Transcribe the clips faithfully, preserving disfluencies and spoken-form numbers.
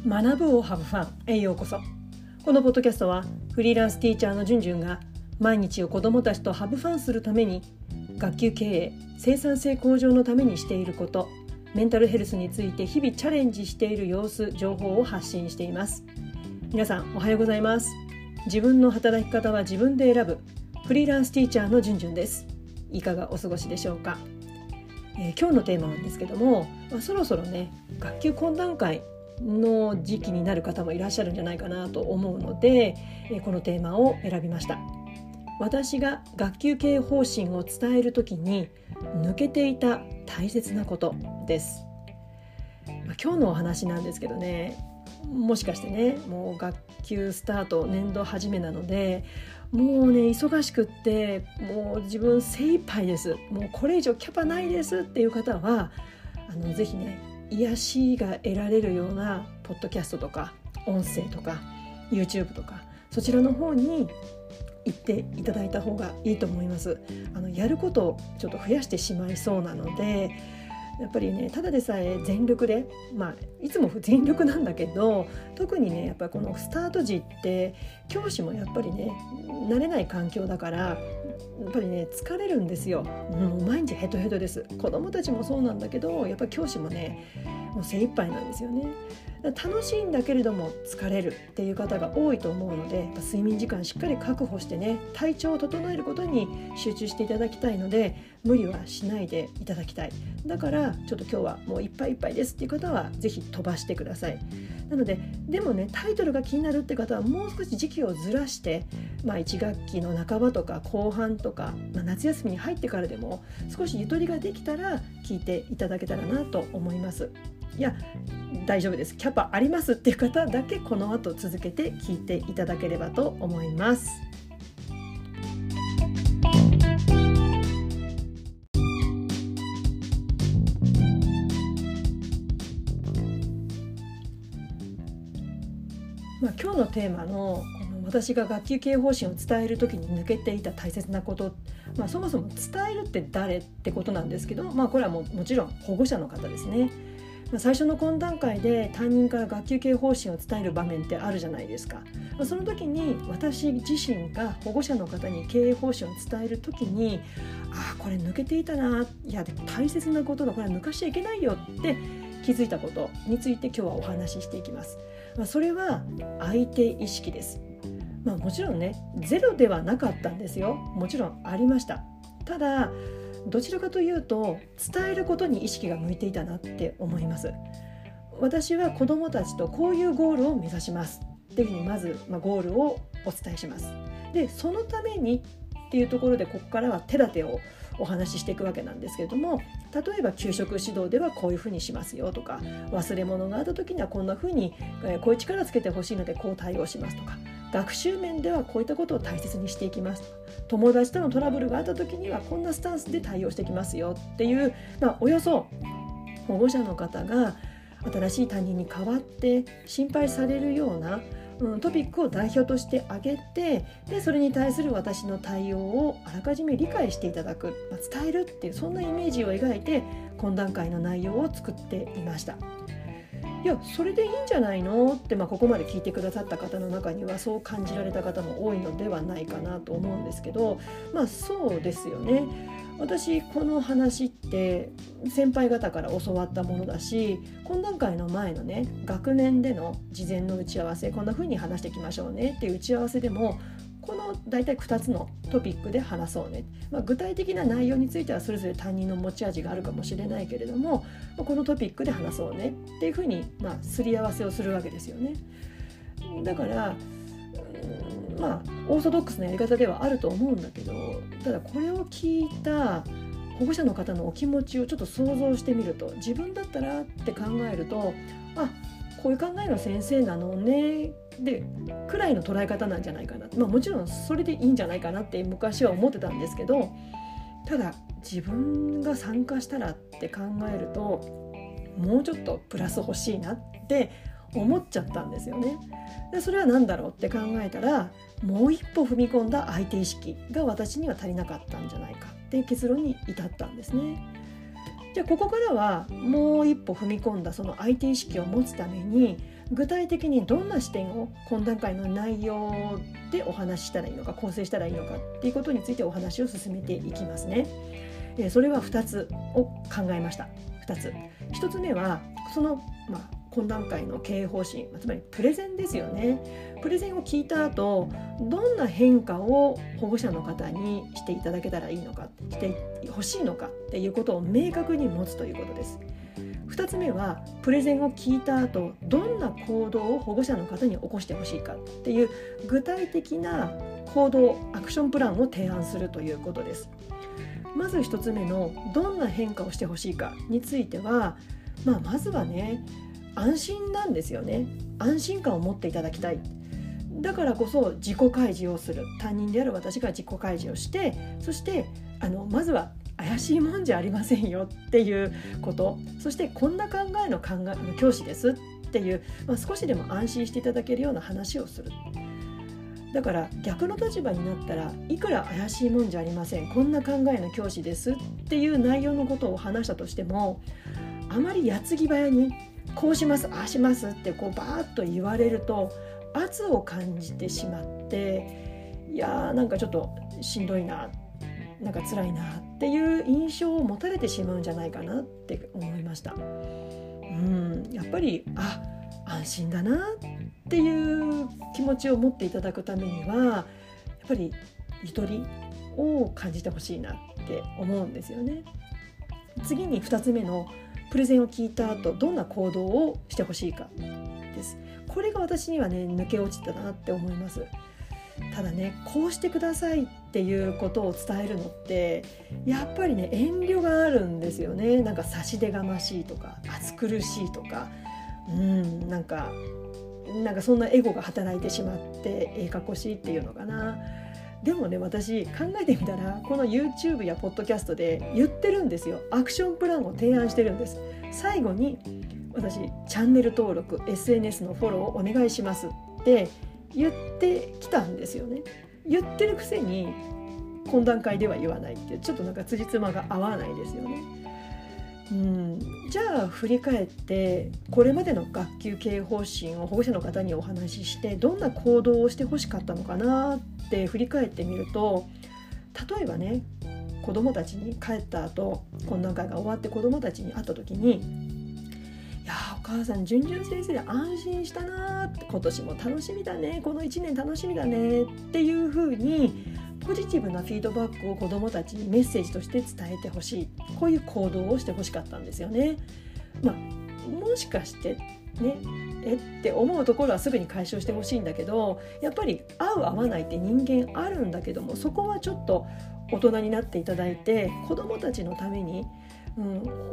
学ぶをハブファンへようこそ。このポッドキャストはフリーランスティーチャーのじゅんじゅんが毎日を子どもたちとハブファンするために学級経営、生産性向上のためにしていること、メンタルヘルスについて日々チャレンジしている様子、情報を発信しています。皆さんおはようございます。自分の働き方は自分で選ぶフリーランスティーチャーのじゅんじゅんです。いかがお過ごしでしょうか。えー、今日のテーマなんですけども、まあ、そろそろね学級懇談会の時期になる方もいらっしゃるんじゃないかなと思うので、えー、このテーマを選びました。私が学級経営方針を伝えるときに抜けていた大切なことです。まあ、今日のお話なんですけどね、もしかしてねもう学級スタート年度初めなのでもうね忙しくってもう自分精一杯です、もうこれ以上キャパないですっていう方はあのぜひね癒しが得られるようなポッドキャストとか音声とか YouTube とかそちらの方に行っていただいた方がいいと思います。あのやることをちょっと増やしてしまいそうなので、やっぱりねただでさえ全力で、まあいつも全力なんだけど、特にねやっぱりこのスタート時って教師もやっぱりね慣れない環境だからやっぱりね疲れるんですよ。もう毎日ヘトヘトです。子どもたちもそうなんだけど、やっぱり教師もねもう精一杯なんですよね。楽しいんだけれども疲れるっていう方が多いと思うので、やっぱ睡眠時間しっかり確保してね体調を整えることに集中していただきたいので、無理はしないでいただきたい。だからちょっと今日はもういっぱいいっぱいですっていう方はぜひ飛ばしてください。なのででもねタイトルが気になるって方はもう少し時期をずらして、まあ、いち学期の半ばとか後半とか、まあ、夏休みに入ってからでも少しゆとりができたら聞いていただけたらなと思います。いや大丈夫です、キャパありますっていう方だけこの後続けて聞いていただければと思います。まあ、今日のテーマのこの私が学級経営方針を伝えるときに抜けていた大切なこと、まあ、そもそも伝えるって誰ってことなんですけど、まあ、これはもうもちろん保護者の方ですね。最初の懇談会で担任から学級経営方針を伝える場面ってあるじゃないですか。その時に私自身が保護者の方に経営方針を伝える時に、ああこれ抜けていたな、いやでも大切なことだ、これは抜かしちゃいけないよって気づいたことについて今日はお話ししていきます。まあ、それは相手意識です。まあ、もちろんねゼロではなかったんですよ。もちろんありました。ただどちらかというと伝えることに意識が向いていたなって思います。私は子どもたちとこういうゴールを目指しますっていうふうにまず、まあ、ゴールをお伝えします。でそのためにっていうところでここからは手立てをお話ししていくわけなんですけれども、例えば給食指導ではこういうふうにしますよとか、忘れ物があった時にはこんなふうに、えー、こういう力つけてほしいのでこう対応しますとか、学習面ではこういったことを大切にしていきますとか、友達とのトラブルがあった時にはこんなスタンスで対応していきますよっていう、まあ、およそ保護者の方が新しい担任に代わって心配されるような、うん、トピックを代表として挙げて、でそれに対する私の対応をあらかじめ理解していただく、まあ、伝えるっていうそんなイメージを描いて懇談会の内容を作っていました。いやそれでいいんじゃないのって、まあ、ここまで聞いてくださった方の中にはそう感じられた方も多いのではないかなと思うんですけど、まあそうですよね。私この話って先輩方から教わったものだし、懇談会の前のね学年での事前の打ち合わせ、こんな風に話していきましょうねっていう打ち合わせでもこの大体ふたつのトピックで話そうね、まあ、具体的な内容についてはそれぞれ担任の持ち味があるかもしれないけれども、このトピックで話そうねっていうふうに、まあ、すり合わせをするわけですよね。だからまあオーソドックスなやり方ではあると思うんだけど、ただこれを聞いた保護者の方のお気持ちをちょっと想像してみると、自分だったらって考えると、あこういう考えの先生なのねでくらいの捉え方なんじゃないかな、まあ、もちろんそれでいいんじゃないかなって昔は思ってたんですけど、ただ自分が参加したらって考えるともうちょっとプラス欲しいなって思っちゃったんですよね。でそれは何だろうって考えたら、もう一歩踏み込んだ相手意識が私には足りなかったんじゃないかっていう結論に至ったんですね。じゃあここからはもう一歩踏み込んだその相手意識を持つために具体的にどんな視点を懇談会の内容でお話ししたらいいのか、構成したらいいのかっていうことについてお話を進めていきますね。それはふたつを考えました。ふたつ。ひとつめはその、まあ、懇談会の経営方針、つまりプレゼンですよね。プレゼンを聞いた後、どんな変化を保護者の方にしていただけたらいいのか、してほしいのかっていうことを明確に持つということです。ふたつめはプレゼンを聞いた後、どんな行動を保護者の方に起こしてほしいかっていう具体的な行動、アクションプランを提案するということです。まずひとつめのどんな変化をしてほしいかについては、まあ、まずはね、安心なんですよね。安心感を持っていただきたい。だからこそ自己開示をする。担任である私が自己開示をして、そしてあのまずは怪しいもんじゃありませんよっていうこと、そしてこんな考えの考えの教師ですっていう、まあ、少しでも安心していただけるような話をする。だから逆の立場になったら、いくら怪しいもんじゃありません、こんな考えの教師ですっていう内容のことを話したとしても、あまり矢継ぎ早にこうします、ああしますってこうバーッと言われると圧を感じてしまって、いやーなんかちょっとしんどいな、なんか辛いなっていう印象を持たれてしまうんじゃないかなって思いました。うん、やっぱりあ安心だなっていう気持ちを持っていただくためには、やっぱりゆとりを感じてほしいなって思うんですよね。次にふたつめのプレゼンを聞いた後、どんな行動をしてほしいかです。これが私にはね抜け落ちたなって思います。ただね、こうしてくださいっていうことを伝えるのってやっぱりね遠慮があるんですよね。なんか差し出がましいとか暑苦しいとか、うんなんかなんかそんなエゴが働いてしまってええかっこしいっていうのかな。でもね、私考えてみたらこの YouTube やポッドキャストで言ってるんですよ。アクションプランを提案してるんです。最後に私チャンネル登録 エスエヌエス のフォローをお願いしますって言ってきたんですよね。言ってるくせに懇談会では言わないって、ちょっとなんか辻褄が合わないですよね。うん、じゃあ振り返ってこれまでの学級経営方針を保護者の方にお話しして、どんな行動をしてほしかったのかなって振り返ってみると、例えばね、子どもたちに帰った後、懇談会が終わって子どもたちに会った時に、いやお母さん準々先生で安心したなって、今年も楽しみだね、このいちねん楽しみだねっていう風にポジティブなフィードバックを子どもたちにメッセージとして伝えてほしい。こういう行動をしてほしかったんですよね。まあ、もしかしてねえって思うところはすぐに解消してほしいんだけど、やっぱり合う合わないって人間あるんだけども、そこはちょっと大人になっていただいて、子どもたちのために、うん、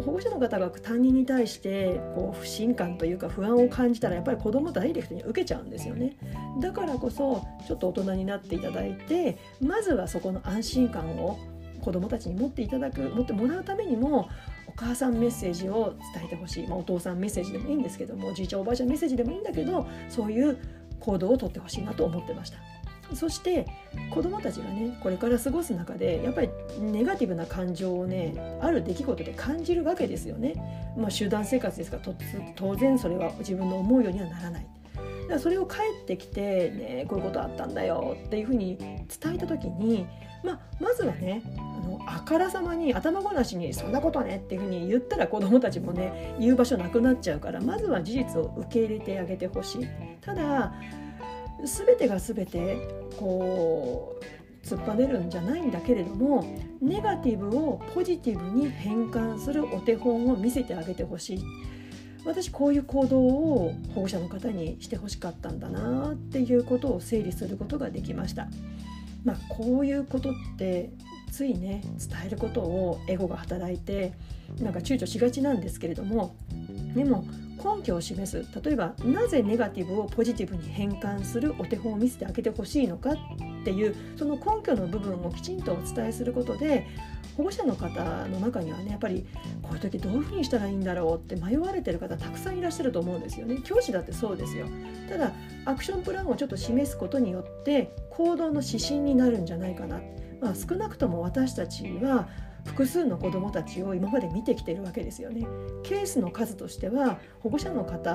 保護者の方が担任に対してこう不信感というか不安を感じたら、やっぱり子どもダイレクトに受けちゃうんですよね。だからこそちょっと大人になっていただいて、まずはそこの安心感を子どもたちに持っていただく持ってもらうためにも、お母さんメッセージを伝えてほしい、まあ、お父さんメッセージでもいいんですけども、おじいちゃんおばあちゃんメッセージでもいいんだけど、そういう行動をとってほしいなと思ってました。そして子どもたちがねこれから過ごす中で、やっぱりネガティブな感情をねある出来事で感じるわけですよね。まあ、集団生活ですから当然それは自分の思うようにはならない。だからそれを帰ってきて、ね、こういうことあったんだよっていうふうに伝えた時に、まあ、まずはねあのあからさまに頭ごなしにそんなことねっていうふうに言ったら子どもたちもね言う場所なくなっちゃうから、まずは事実を受け入れてあげてほしい。ただ全てが全てこう突っぱねるんじゃないんだけれども、ネガティブをポジティブに変換するお手本を見せてあげてほしい。私こういう行動を保護者の方にしてほしかったんだなっていうことを整理することができました。まあ、こういうことってついね伝えることをエゴが働いてなんか躊躇しがちなんですけれども、でも根拠を示す、例えばなぜネガティブをポジティブに変換するお手本を見せてあげてほしいのかっていう、その根拠の部分をきちんとお伝えすることで、保護者の方の中にはねやっぱりこういう時どういうふうにしたらいいんだろうって迷われてる方たくさんいらっしゃると思うんですよね。教師だってそうですよ。ただアクションプランをちょっと示すことによって行動の指針になるんじゃないかな。まあ、少なくとも私たちは複数の子どもたちを今まで見てきてるわけですよね。ケースの数としては保護者の方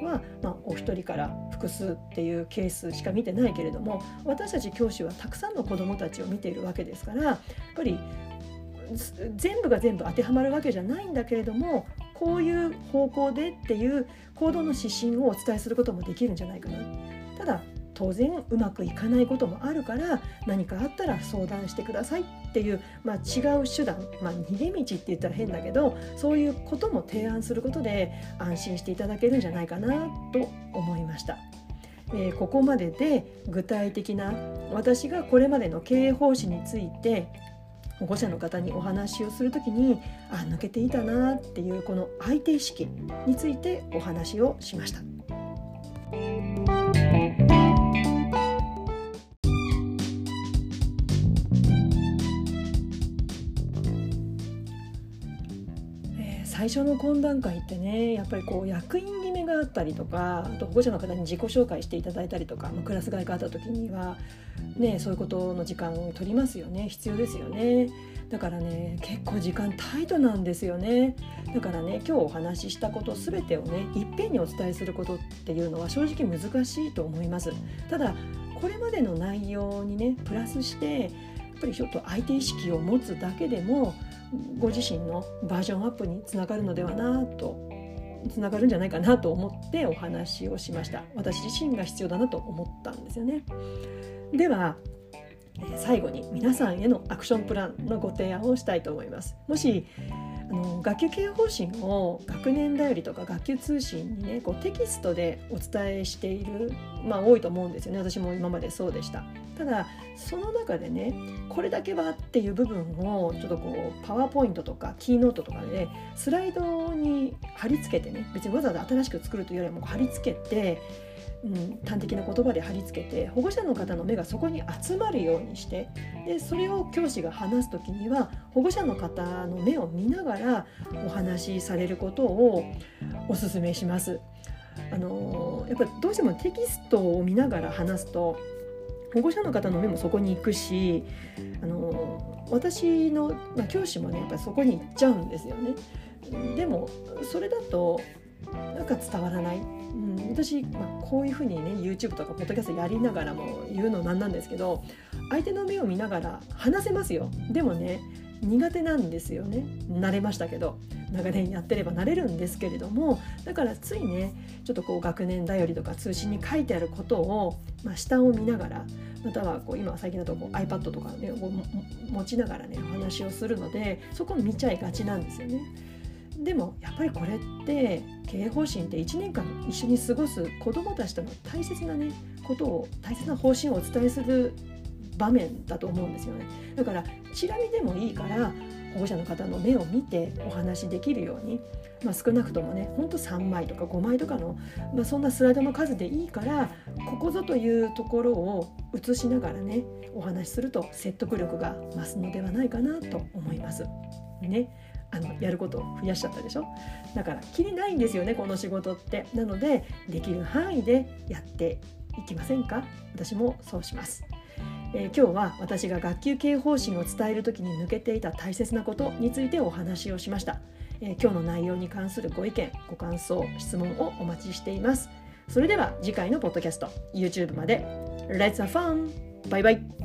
は、まあ、お一人から複数っていうケースしか見てないけれども、私たち教師はたくさんの子どもたちを見ているわけですから、やっぱり全部が全部当てはまるわけじゃないんだけれども、こういう方向でっていう行動の指針をお伝えすることもできるんじゃないかな。ただ当然うまくいかないこともあるから、何かあったら相談してくださいっていう、まあ、違う手段、まあ、逃げ道って言ったら変だけど、そういうことも提案することで安心していただけるんじゃないかなと思いました。えー、ここまでで具体的な私がこれまでの経営方針について保護者の方にお話をするときに、あ、抜けていたなっていうこの相手意識についてお話をしました。最初の懇談会ってね、やっぱりこう役員決めがあったりとか、あと保護者の方に自己紹介していただいたりとか、まあ、クラス替えがあった時には、ね、そういうことの時間を取りますよね。必要ですよね。だからね、結構時間タイトなんですよね。だからね、今日お話ししたこと全てをねいっぺんにお伝えすることっていうのは正直難しいと思います。ただこれまでの内容にねプラスして、やっぱりちょっと相手意識を持つだけでもご自身のバージョンアップにつながるのではなとつながるんじゃないかなと思ってお話をしました。私自身が必要だなと思ったんですよね。では最後に皆さんへのアクションプランのご提案をしたいと思います。もしあの学級経営方針を学年だよりとか学級通信にねこうテキストでお伝えしている、まあ多いと思うんですよね。私も今までそうでした。ただその中でね、これだけはっていう部分をちょっとこうパワーポイントとかキーノートとかで、ね、スライドに貼り付けてね、別にわざわざ新しく作るというよりはもう貼り付けて、うん、端的な言葉で貼り付けて、保護者の方の目がそこに集まるようにして、でそれを教師が話すときには保護者の方の目を見ながらお話しされることをお勧めします。あのやっぱりどうしてもテキストを見ながら話すと保護者の方の目もそこに行くし、あの私の、まあ、教師もねやっぱりそこに行っちゃうんですよね。でもそれだとなんか伝わらない、うん、私、まあ、こういうふうにね YouTube とかポッドキャストやりながらも言うのなんなんですけど、相手の目を見ながら話せますよ。でもね苦手なんですよね。慣れましたけど、長年やってれば慣れるんですけれども、だからついねちょっとこう学年だよりとか通信に書いてあることを、まあ、下を見ながら、またはこう今は最近だとこう iPad とかねこう持ちながらねお話をするので、そこを見ちゃいがちなんですよね。でもやっぱりこれって経営方針っていちねんかん一緒に過ごす子どもたちとの大切なねことを、大切な方針をお伝えする場面だと思うんですよね。だからチラ見でもいいから保護者の方の目を見てお話できるように、まあ、少なくともねほんとさんまいとかごまいとかの、まあ、そんなスライドの数でいいから、ここぞというところを映しながらねお話しすると説得力が増すのではないかなと思いますね。あのやることを増やしちゃったでしょ。だからきりないんですよねこの仕事って。なのでできる範囲でやっていきませんか。私もそうします。えー、今日は私が学級経営方針を伝えるときに抜けていた大切なことについてお話をしました。えー、今日の内容に関するご意見ご感想質問をお待ちしています。それでは次回のポッドキャスト YouTube まで Let's have fun! バイバイ。